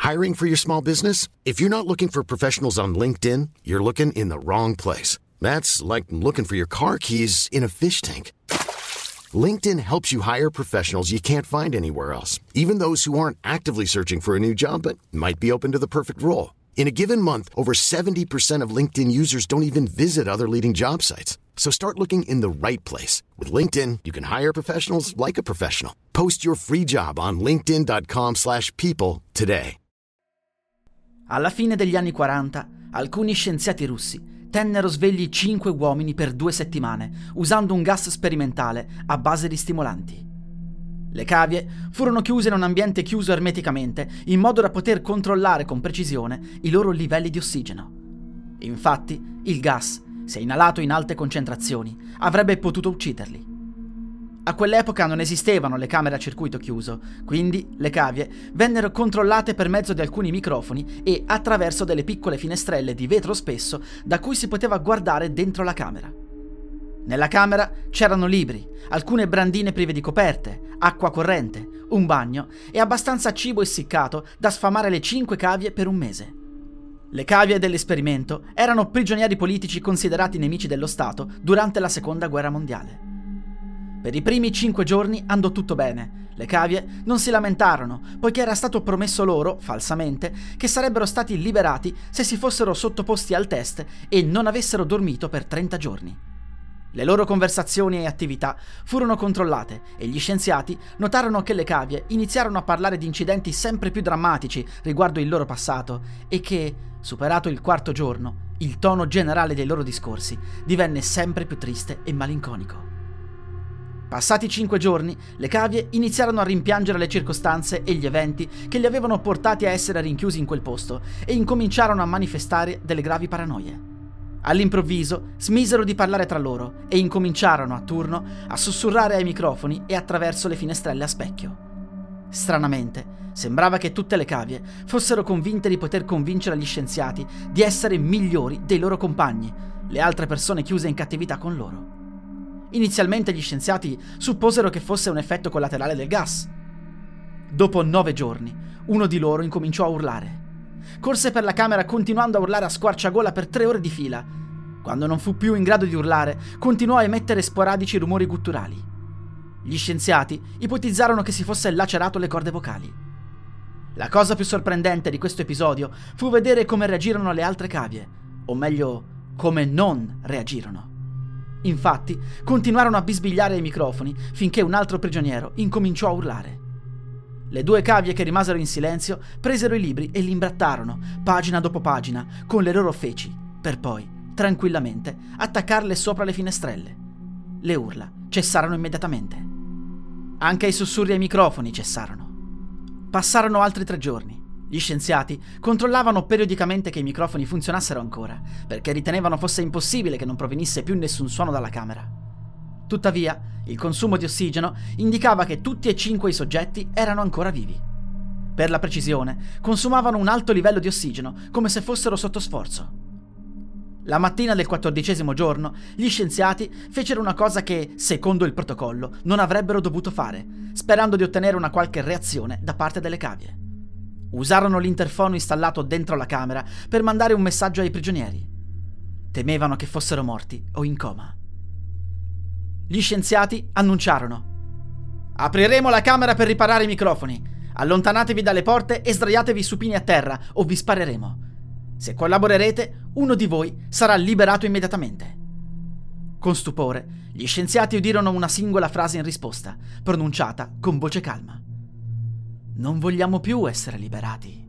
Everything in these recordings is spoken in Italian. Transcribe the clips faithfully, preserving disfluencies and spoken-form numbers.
Hiring for your small business? If you're not looking for professionals on LinkedIn, you're looking in the wrong place. That's like looking for your car keys in a fish tank. LinkedIn helps you hire professionals you can't find anywhere else, even those who aren't actively searching for a new job but might be open to the perfect role. In a given month, over seventy percent of LinkedIn users don't even visit other leading job sites. So start looking in the right place. With LinkedIn, you can hire professionals like a professional. Post your free job on linkedin dot com slash people today. Alla fine degli anni quaranta, alcuni scienziati russi tennero svegli cinque uomini per due settimane usando un gas sperimentale a base di stimolanti. Le cavie furono chiuse in un ambiente chiuso ermeticamente in modo da poter controllare con precisione i loro livelli di ossigeno. Infatti, il gas, se inalato in alte concentrazioni, avrebbe potuto ucciderli. A quell'epoca non esistevano le camere a circuito chiuso, quindi le cavie vennero controllate per mezzo di alcuni microfoni e attraverso delle piccole finestrelle di vetro spesso da cui si poteva guardare dentro la camera. Nella camera c'erano libri, alcune brandine prive di coperte, acqua corrente, un bagno e abbastanza cibo essiccato da sfamare le cinque cavie per un mese. Le cavie dell'esperimento erano prigionieri politici considerati nemici dello Stato durante la Seconda Guerra Mondiale. Per i primi cinque giorni andò tutto bene. Le cavie non si lamentarono, poiché era stato promesso loro, falsamente, che sarebbero stati liberati se si fossero sottoposti al test e non avessero dormito per trenta giorni. Le loro conversazioni e attività furono controllate e gli scienziati notarono che le cavie iniziarono a parlare di incidenti sempre più drammatici riguardo il loro passato e che, superato il quarto giorno, il tono generale dei loro discorsi divenne sempre più triste e malinconico. Passati cinque giorni, le cavie iniziarono a rimpiangere le circostanze e gli eventi che li avevano portati a essere rinchiusi in quel posto e incominciarono a manifestare delle gravi paranoie. All'improvviso smisero di parlare tra loro e incominciarono a turno a sussurrare ai microfoni e attraverso le finestrelle a specchio. Stranamente, sembrava che tutte le cavie fossero convinte di poter convincere gli scienziati di essere migliori dei loro compagni, le altre persone chiuse in cattività con loro. Inizialmente gli scienziati supposero che fosse un effetto collaterale del gas. Dopo nove giorni, uno di loro incominciò a urlare. Corse per la camera continuando a urlare a squarciagola per tre ore di fila. Quando non fu più in grado di urlare, continuò a emettere sporadici rumori gutturali. Gli scienziati ipotizzarono che si fosse lacerato le corde vocali. La cosa più sorprendente di questo episodio fu vedere come reagirono le altre cavie, o meglio, come non reagirono. Infatti, continuarono a bisbigliare ai microfoni finché un altro prigioniero incominciò a urlare. Le due cavie che rimasero in silenzio presero i libri e li imbrattarono, pagina dopo pagina, con le loro feci, per poi, tranquillamente, attaccarle sopra le finestrelle. Le urla cessarono immediatamente. Anche i sussurri ai microfoni cessarono. Passarono altri tre giorni. Gli scienziati controllavano periodicamente che i microfoni funzionassero ancora, perché ritenevano fosse impossibile che non provenisse più nessun suono dalla camera. Tuttavia, il consumo di ossigeno indicava che tutti e cinque i soggetti erano ancora vivi. Per la precisione, consumavano un alto livello di ossigeno, come se fossero sotto sforzo. La mattina del quattordicesimo giorno, gli scienziati fecero una cosa che, secondo il protocollo, non avrebbero dovuto fare, sperando di ottenere una qualche reazione da parte delle cavie. Usarono l'interfono installato dentro la camera per mandare un messaggio ai prigionieri. Temevano che fossero morti o in coma. Gli scienziati annunciarono: «Apriremo la camera per riparare i microfoni. Allontanatevi dalle porte e sdraiatevi supini a terra o vi spareremo. Se collaborerete, uno di voi sarà liberato immediatamente». Con stupore, gli scienziati udirono una singola frase in risposta, pronunciata con voce calma: «Non vogliamo più essere liberati».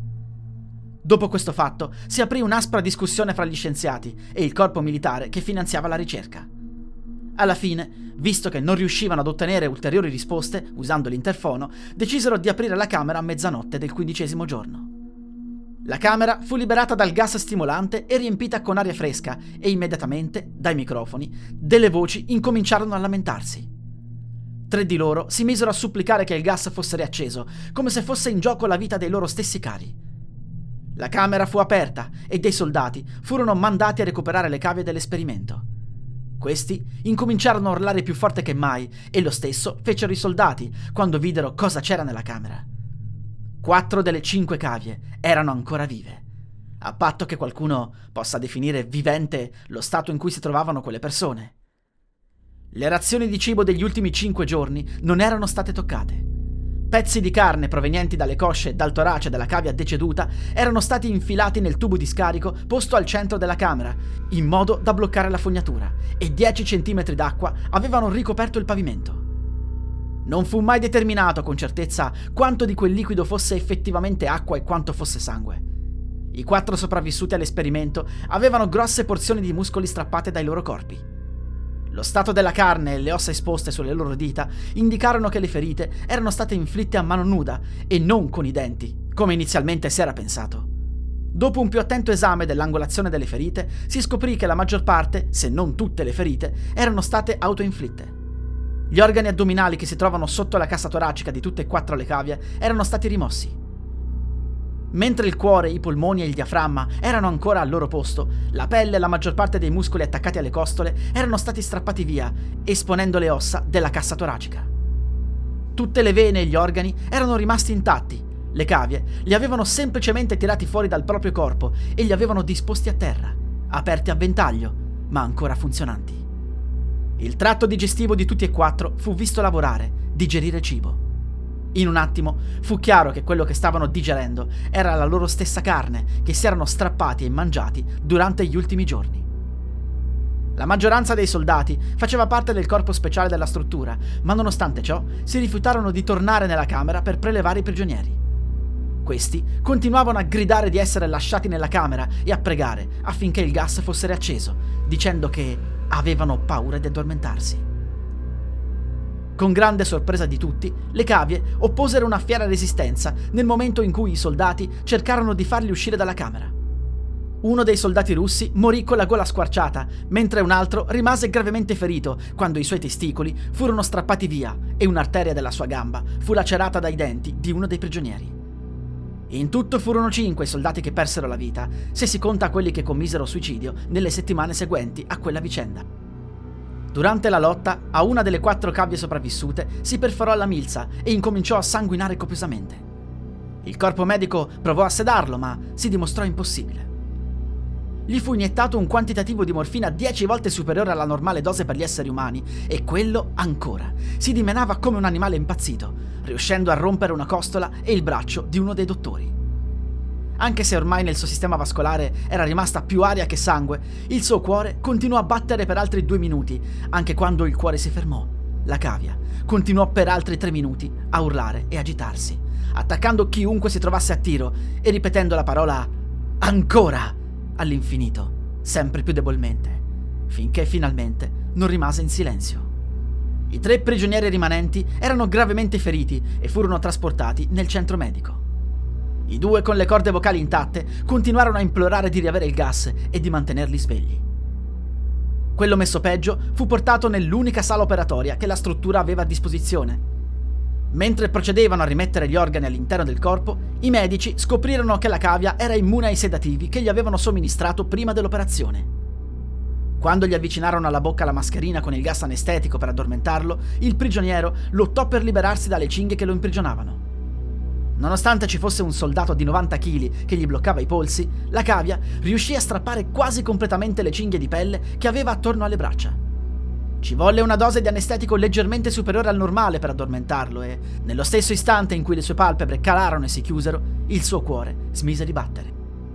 Dopo questo fatto si aprì un'aspra discussione fra gli scienziati e il corpo militare che finanziava la ricerca. Alla fine, visto che non riuscivano ad ottenere ulteriori risposte usando l'interfono, decisero di aprire la camera a mezzanotte del quindicesimo giorno. La camera fu liberata dal gas stimolante e riempita con aria fresca e immediatamente, dai microfoni, delle voci incominciarono a lamentarsi. Tre di loro si misero a supplicare che il gas fosse riacceso, come se fosse in gioco la vita dei loro stessi cari. La camera fu aperta e dei soldati furono mandati a recuperare le cavie dell'esperimento. Questi incominciarono a urlare più forte che mai e lo stesso fecero i soldati quando videro cosa c'era nella camera. Quattro delle cinque cavie erano ancora vive, a patto che qualcuno possa definire vivente lo stato in cui si trovavano quelle persone. Le razioni di cibo degli ultimi cinque giorni non erano state toccate. Pezzi di carne provenienti dalle cosce e dal torace della cavia deceduta erano stati infilati nel tubo di scarico posto al centro della camera, in modo da bloccare la fognatura, e dieci centimetri d'acqua avevano ricoperto il pavimento. Non fu mai determinato con certezza quanto di quel liquido fosse effettivamente acqua e quanto fosse sangue. I quattro sopravvissuti all'esperimento avevano grosse porzioni di muscoli strappate dai loro corpi. Lo stato della carne e le ossa esposte sulle loro dita indicarono che le ferite erano state inflitte a mano nuda e non con i denti, come inizialmente si era pensato. Dopo un più attento esame dell'angolazione delle ferite, si scoprì che la maggior parte, se non tutte le ferite, erano state autoinflitte. Gli organi addominali che si trovano sotto la cassa toracica di tutte e quattro le cavie erano stati rimossi. Mentre il cuore, i polmoni e il diaframma erano ancora al loro posto, la pelle e la maggior parte dei muscoli attaccati alle costole erano stati strappati via, esponendo le ossa della cassa toracica. Tutte le vene e gli organi erano rimasti intatti. Le cavie li avevano semplicemente tirati fuori dal proprio corpo e li avevano disposti a terra, aperti a ventaglio, ma ancora funzionanti. Il tratto digestivo di tutti e quattro fu visto lavorare, digerire cibo. In un attimo fu chiaro che quello che stavano digerendo era la loro stessa carne che si erano strappati e mangiati durante gli ultimi giorni. La maggioranza dei soldati faceva parte del corpo speciale della struttura, ma nonostante ciò si rifiutarono di tornare nella camera per prelevare i prigionieri. Questi continuavano a gridare di essere lasciati nella camera e a pregare affinché il gas fosse riacceso, dicendo che avevano paura di addormentarsi. Con grande sorpresa di tutti, le cavie opposero una fiera resistenza nel momento in cui i soldati cercarono di farli uscire dalla camera. Uno dei soldati russi morì con la gola squarciata, mentre un altro rimase gravemente ferito quando i suoi testicoli furono strappati via e un'arteria della sua gamba fu lacerata dai denti di uno dei prigionieri. In tutto furono cinque i soldati che persero la vita, se si conta quelli che commisero suicidio nelle settimane seguenti a quella vicenda. Durante la lotta, a una delle quattro cavie sopravvissute si perforò la milza e incominciò a sanguinare copiosamente. Il corpo medico provò a sedarlo, ma si dimostrò impossibile. Gli fu iniettato un quantitativo di morfina dieci volte superiore alla normale dose per gli esseri umani, e quello ancora si dimenava come un animale impazzito, riuscendo a rompere una costola e il braccio di uno dei dottori. Anche se ormai nel suo sistema vascolare era rimasta più aria che sangue, il suo cuore continuò a battere per altri due minuti. Anche quando il cuore si fermò, la cavia continuò per altri tre minuti a urlare e agitarsi, attaccando chiunque si trovasse a tiro e ripetendo la parola ancora all'infinito, sempre più debolmente, finché finalmente non rimase in silenzio. I tre prigionieri rimanenti erano gravemente feriti e furono trasportati nel centro medico. I due con le corde vocali intatte continuarono a implorare di riavere il gas e di mantenerli svegli. Quello messo peggio fu portato nell'unica sala operatoria che la struttura aveva a disposizione. Mentre procedevano a rimettere gli organi all'interno del corpo, i medici scoprirono che la cavia era immune ai sedativi che gli avevano somministrato prima dell'operazione. Quando gli avvicinarono alla bocca la mascherina con il gas anestetico per addormentarlo, il prigioniero lottò per liberarsi dalle cinghie che lo imprigionavano. Nonostante ci fosse un soldato di novanta chili che gli bloccava i polsi, la cavia riuscì a strappare quasi completamente le cinghie di pelle che aveva attorno alle braccia. Ci volle una dose di anestetico leggermente superiore al normale per addormentarlo e, nello stesso istante in cui le sue palpebre calarono e si chiusero, il suo cuore smise di battere.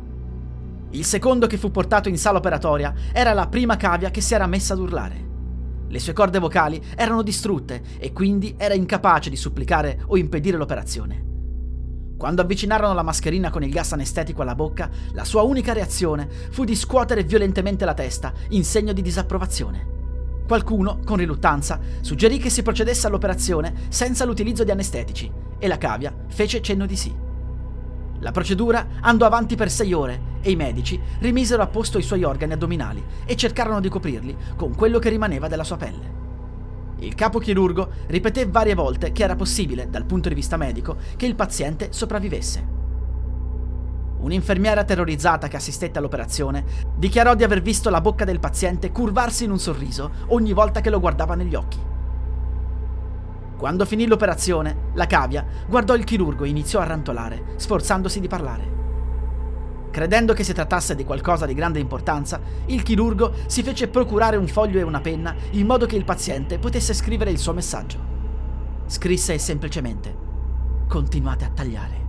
Il secondo che fu portato in sala operatoria era la prima cavia che si era messa ad urlare. Le sue corde vocali erano distrutte e quindi era incapace di supplicare o impedire l'operazione. Quando avvicinarono la mascherina con il gas anestetico alla bocca, la sua unica reazione fu di scuotere violentemente la testa in segno di disapprovazione. Qualcuno, con riluttanza, suggerì che si procedesse all'operazione senza l'utilizzo di anestetici e la cavia fece cenno di sì. La procedura andò avanti per sei ore e i medici rimisero a posto i suoi organi addominali e cercarono di coprirli con quello che rimaneva della sua pelle. Il capo chirurgo ripeté varie volte che era possibile, dal punto di vista medico, che il paziente sopravvivesse. Un'infermiera terrorizzata che assistette all'operazione dichiarò di aver visto la bocca del paziente curvarsi in un sorriso ogni volta che lo guardava negli occhi. Quando finì l'operazione, la cavia guardò il chirurgo e iniziò a rantolare, sforzandosi di parlare. Credendo che si trattasse di qualcosa di grande importanza, il chirurgo si fece procurare un foglio e una penna in modo che il paziente potesse scrivere il suo messaggio. Scrisse semplicemente: continuate a tagliare.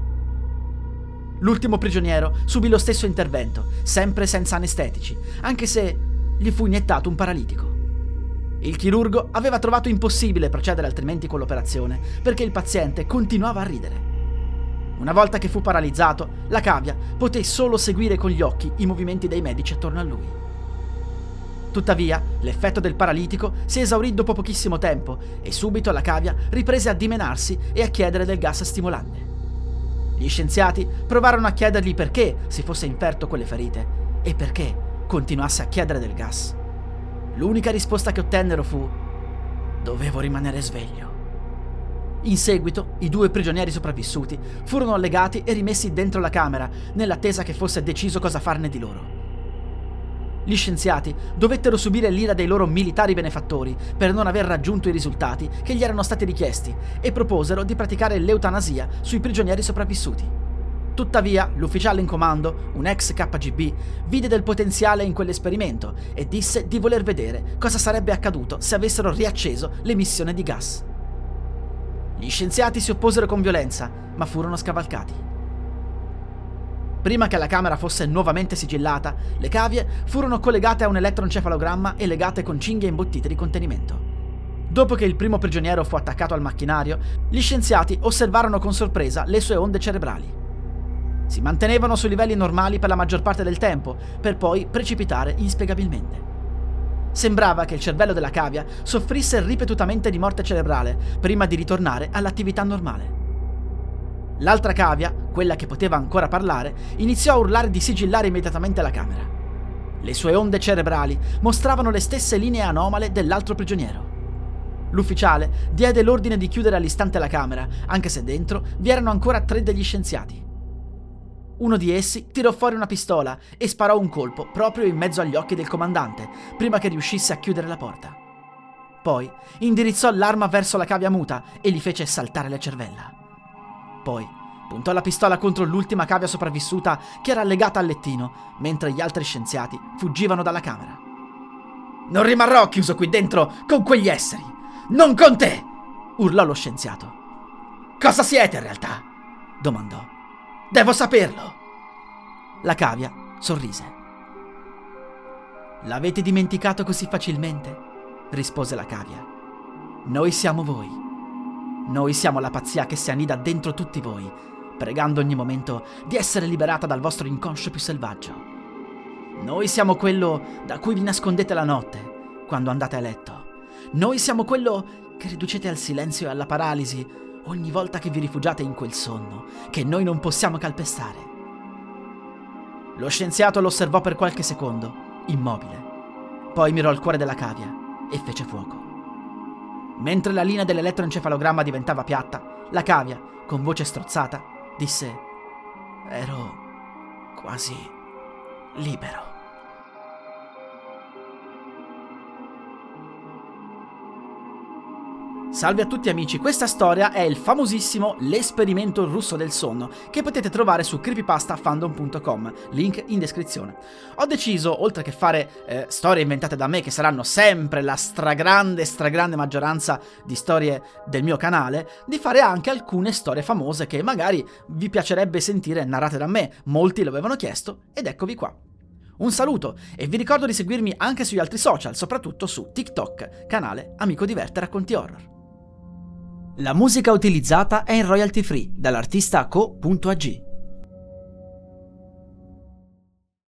L'ultimo prigioniero subì lo stesso intervento, sempre senza anestetici, anche se gli fu iniettato un paralitico. Il chirurgo aveva trovato impossibile procedere altrimenti con l'operazione, perché il paziente continuava a ridere. Una volta che fu paralizzato, la cavia poté solo seguire con gli occhi i movimenti dei medici attorno a lui. Tuttavia, l'effetto del paralitico si esaurì dopo pochissimo tempo e subito la cavia riprese a dimenarsi e a chiedere del gas stimolante. Gli scienziati provarono a chiedergli perché si fosse inferto quelle ferite e perché continuasse a chiedere del gas. L'unica risposta che ottennero fu: dovevo rimanere sveglio. In seguito, i due prigionieri sopravvissuti furono legati e rimessi dentro la camera, nell'attesa che fosse deciso cosa farne di loro. Gli scienziati dovettero subire l'ira dei loro militari benefattori per non aver raggiunto i risultati che gli erano stati richiesti e proposero di praticare l'eutanasia sui prigionieri sopravvissuti. Tuttavia, l'ufficiale in comando, un ex K G B, vide del potenziale in quell'esperimento e disse di voler vedere cosa sarebbe accaduto se avessero riacceso l'emissione di gas. Gli scienziati si opposero con violenza, ma furono scavalcati. Prima che la camera fosse nuovamente sigillata, le cavie furono collegate a un elettroencefalogramma e legate con cinghie imbottite di contenimento. Dopo che il primo prigioniero fu attaccato al macchinario, gli scienziati osservarono con sorpresa le sue onde cerebrali. Si mantenevano su livelli normali per la maggior parte del tempo, per poi precipitare inspiegabilmente. Sembrava che il cervello della cavia soffrisse ripetutamente di morte cerebrale prima di ritornare all'attività normale. L'altra cavia, quella che poteva ancora parlare, iniziò a urlare di sigillare immediatamente la camera. Le sue onde cerebrali mostravano le stesse linee anomale dell'altro prigioniero. L'ufficiale diede l'ordine di chiudere all'istante la camera, anche se dentro vi erano ancora tre degli scienziati. Uno di essi tirò fuori una pistola e sparò un colpo proprio in mezzo agli occhi del comandante, prima che riuscisse a chiudere la porta. Poi indirizzò l'arma verso la cavia muta e gli fece saltare la cervella. Poi puntò la pistola contro l'ultima cavia sopravvissuta che era legata al lettino, mentre gli altri scienziati fuggivano dalla camera. «Non rimarrò chiuso qui dentro con quegli esseri! Non con te!» urlò lo scienziato. «Cosa siete in realtà?» domandò. «Devo saperlo!» La cavia sorrise. «L'avete dimenticato così facilmente?» rispose la cavia. «Noi siamo voi. Noi siamo la pazzia che si annida dentro tutti voi, pregando ogni momento di essere liberata dal vostro inconscio più selvaggio. Noi siamo quello da cui vi nascondete la notte, quando andate a letto. Noi siamo quello che riducete al silenzio e alla paralisi ogni volta che vi rifugiate in quel sonno che noi non possiamo calpestare». Lo scienziato lo osservò per qualche secondo, immobile. Poi mirò il cuore della cavia e fece fuoco. Mentre la linea dell'elettroencefalogramma diventava piatta, la cavia, con voce strozzata, disse: «Ero quasi libero». Salve a tutti amici, questa storia è il famosissimo L'esperimento russo del sonno, che potete trovare su creepypasta fandom punto com, link in descrizione. Ho deciso, oltre che fare eh, storie inventate da me, che saranno sempre la stragrande, stragrande maggioranza di storie del mio canale, di fare anche alcune storie famose che magari vi piacerebbe sentire narrate da me. Molti lo avevano chiesto ed eccovi qua. Un saluto e vi ricordo di seguirmi anche sugli altri social, soprattutto su TikTok, canale Amico Diverte Racconti Horror. La musica utilizzata è in royalty free dall'artista co punto a g.